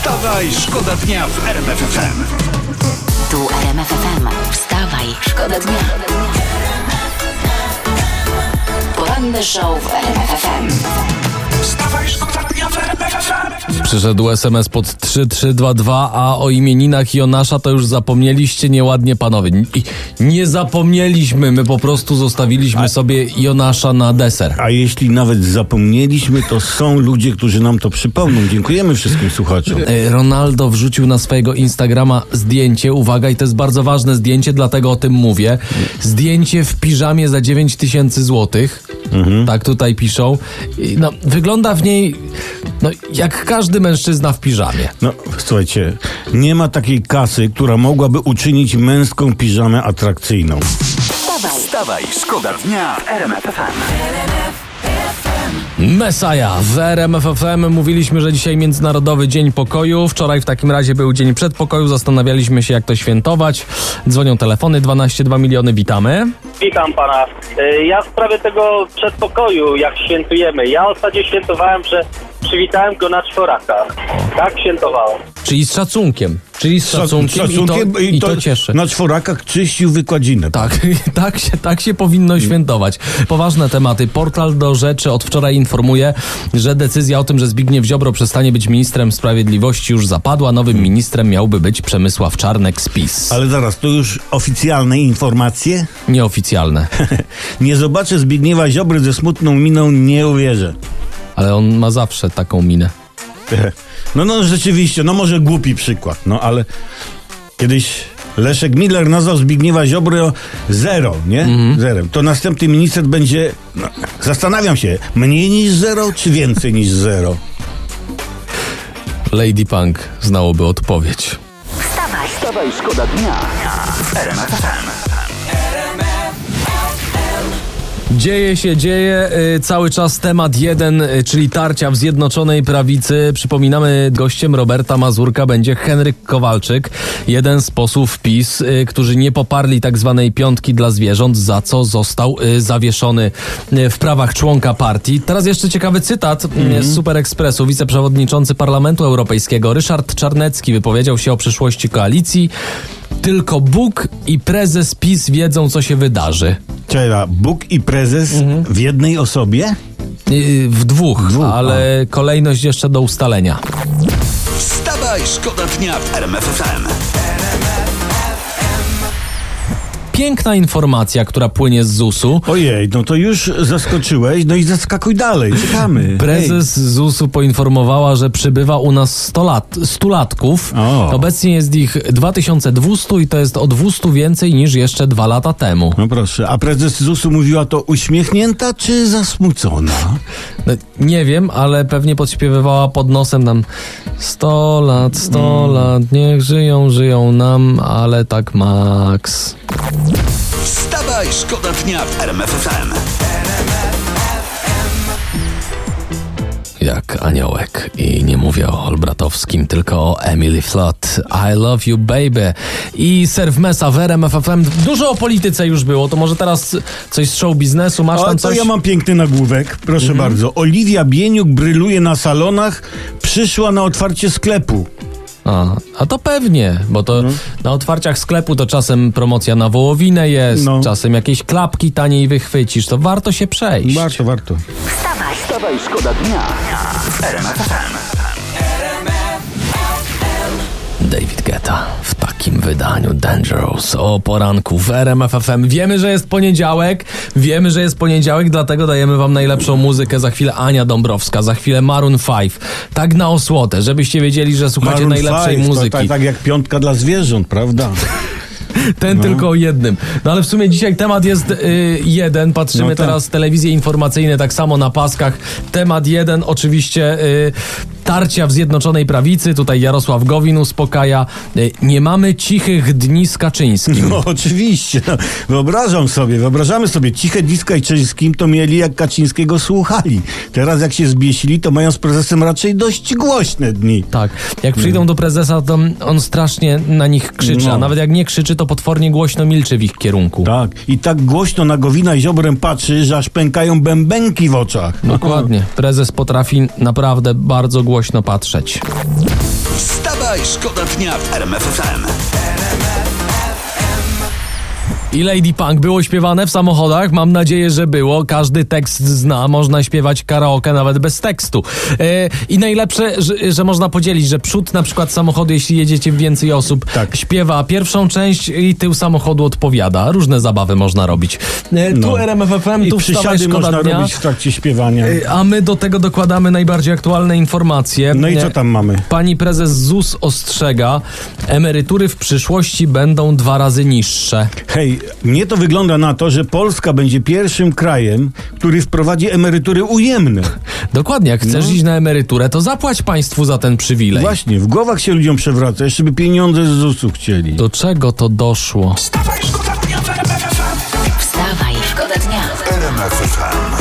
Wstawaj, szkoda dnia w RMF FM. Tu RMF FM. Wstawaj, szkoda dnia. Poranny show w RMF FM. Wstawaj, szkoda dnia w RMF FM. Przyszedł SMS pod 3322, a o imieninach Jonasza to już zapomnieliście nieładnie, panowie. Nie zapomnieliśmy, my po prostu zostawiliśmy sobie Jonasza na deser. A jeśli nawet zapomnieliśmy, to są ludzie, którzy nam to przypomną. Dziękujemy wszystkim słuchaczom. Ronaldo wrzucił na swojego Instagrama zdjęcie, uwaga, i to jest bardzo ważne zdjęcie, dlatego o tym mówię. Zdjęcie w piżamie za 9000 złotych. Tak tutaj piszą. No, wygląda w niej jak każdy mężczyzna w piżamie. No, słuchajcie, nie ma takiej kasy, która mogłaby uczynić męską piżamę atrakcyjną. Wstawaj, szkoda dnia w RMF FM. Messiah w RMF FM. Mówiliśmy, że dzisiaj Międzynarodowy Dzień Pokoju. Wczoraj w takim razie był Dzień Przedpokoju. Zastanawialiśmy się, jak to świętować. Dzwonią telefony 12,2 miliony. Witamy. Witam pana. Ja w sprawie tego przedpokoju, jak świętujemy. Ja ostatnio świętowałem, że przywitałem go na czworakach. Tak świętowałem. Czyli z szacunkiem. I to cieszy. Na czworakach czyścił wykładzinę. Tak się powinno świętować. Poważne tematy. Portal Do Rzeczy od wczoraj informuje, że decyzja o tym, że Zbigniew Ziobro przestanie być ministrem sprawiedliwości, już zapadła. Nowym ministrem miałby być Przemysław Czarnek z PiS. Ale zaraz, to już oficjalne informacje? Nieoficjalne. Nie zobaczę Zbigniewa Ziobry ze smutną miną, nie uwierzę. Ale on ma zawsze taką minę. No rzeczywiście, może głupi przykład, ale kiedyś Leszek Miller nazwał Zbigniewa Ziobry zero, nie? Zerem. To następny minister będzie, zastanawiam się, mniej niż zero, czy więcej niż zero? Lady Punk znałoby odpowiedź. Wstawaj, szkoda dnia w RMF FM. Dzieje, cały czas temat jeden, czyli tarcia w Zjednoczonej Prawicy. Przypominamy, gościem Roberta Mazurka będzie Henryk Kowalczyk, jeden z posłów PiS, którzy nie poparli tak zwanej piątki dla zwierząt, za co został zawieszony w prawach członka partii. Teraz jeszcze ciekawy cytat z Super Expressu. Wiceprzewodniczący Parlamentu Europejskiego Ryszard Czarnecki wypowiedział się o przyszłości koalicji. Tylko Bóg i prezes PiS wiedzą, co się wydarzy. Czyli Bóg i prezes w jednej osobie? W dwóch, ale kolejność jeszcze do ustalenia. Wstawaj, szkoda dnia w RMF FM. Piękna informacja, która płynie z ZUS-u. Ojej, to już zaskoczyłeś, i zaskakuj dalej, czekamy. Prezes ZUS-u poinformowała, że przybywa u nas 100-latków. Obecnie jest ich 2200 i to jest o 200 więcej niż jeszcze 2 lata temu. No proszę, a prezes ZUS-u mówiła to uśmiechnięta czy zasmucona? Nie wiem, ale pewnie podśpiewywała pod nosem nam 100 lat, niech żyją nam, ale tak maks. Wstawaj, szkoda dnia w RMF FM. Jak aniołek. I nie mówię o Olbratowskim, tylko o Emily Flood. I love you, baby. I Serw Messa w RMF FM. Dużo o polityce już było, to może teraz coś z show biznesu? Masz tam coś? To ja mam piękny nagłówek, proszę bardzo. Oliwia Bieniuk bryluje na salonach, przyszła na otwarcie sklepu. A to pewnie, bo to na otwarciach sklepu to czasem promocja na wołowinę jest, czasem jakieś klapki taniej wychwycisz, to warto się przejść. Warto. Wstawaj, szkoda dnia w RMF FM. David Guetta w takim wydaniu Dangerous o poranku w RMF FM. Wiemy, że jest poniedziałek, dlatego dajemy wam najlepszą muzykę. Za chwilę Ania Dąbrowska, za chwilę Maroon 5. Tak na osłotę, żebyście wiedzieli, że słuchacie Maroon najlepszej 5, muzyki. Tak jak piątka dla zwierząt, prawda? Tylko o jednym. Ale w sumie dzisiaj temat jest jeden. Patrzymy teraz telewizje informacyjne, tak samo na paskach. Temat jeden, oczywiście tarcia w Zjednoczonej Prawicy. Tutaj Jarosław Gowin uspokaja. Nie mamy cichych dni z Kaczyńskim. Oczywiście. Wyobrażamy sobie ciche dni z Kaczyńskim, to mieli jak Kaczyńskiego słuchali. Teraz jak się zbiesili, to mają z prezesem raczej dość głośne dni. Tak. Jak przyjdą do prezesa, to on strasznie na nich krzyczy, a nawet jak nie krzyczy, to potwornie głośno milczy w ich kierunku. Tak. I tak głośno na Gowina i Ziobrę patrzy, że aż pękają bębenki w oczach. Dokładnie. Prezes potrafi naprawdę bardzo głośno patrzeć. Wstawaj, szkoda dnia w RMF FM. I Lady Punk było śpiewane w samochodach? Mam nadzieję, że było. Każdy tekst zna, można śpiewać karaoke nawet bez tekstu. I najlepsze, że można podzielić, że przód na przykład samochodu, jeśli jedziecie więcej osób, Tak. śpiewa pierwszą część i tył samochodu odpowiada. Różne zabawy można robić. Tu RMF FM, I tu Wstawaj, przysiady szkoda można dnia. robić w trakcie śpiewania. A my do tego dokładamy najbardziej aktualne informacje. No i co tam mamy? Pani prezes ZUS ostrzega, emerytury w przyszłości będą 2 razy niższe. Hej, mnie to wygląda na to, że Polska będzie pierwszym krajem, który wprowadzi emerytury ujemne. Dokładnie, jak chcesz iść na emeryturę, to zapłać państwu za ten przywilej. Właśnie, w głowach się ludziom przewraca, jeszcze by pieniądze z ZUS-u chcieli. Do czego to doszło? Wstawaj, szkoda dnia w RMF FM. Wstawaj, szkoda dnia. RMF FM.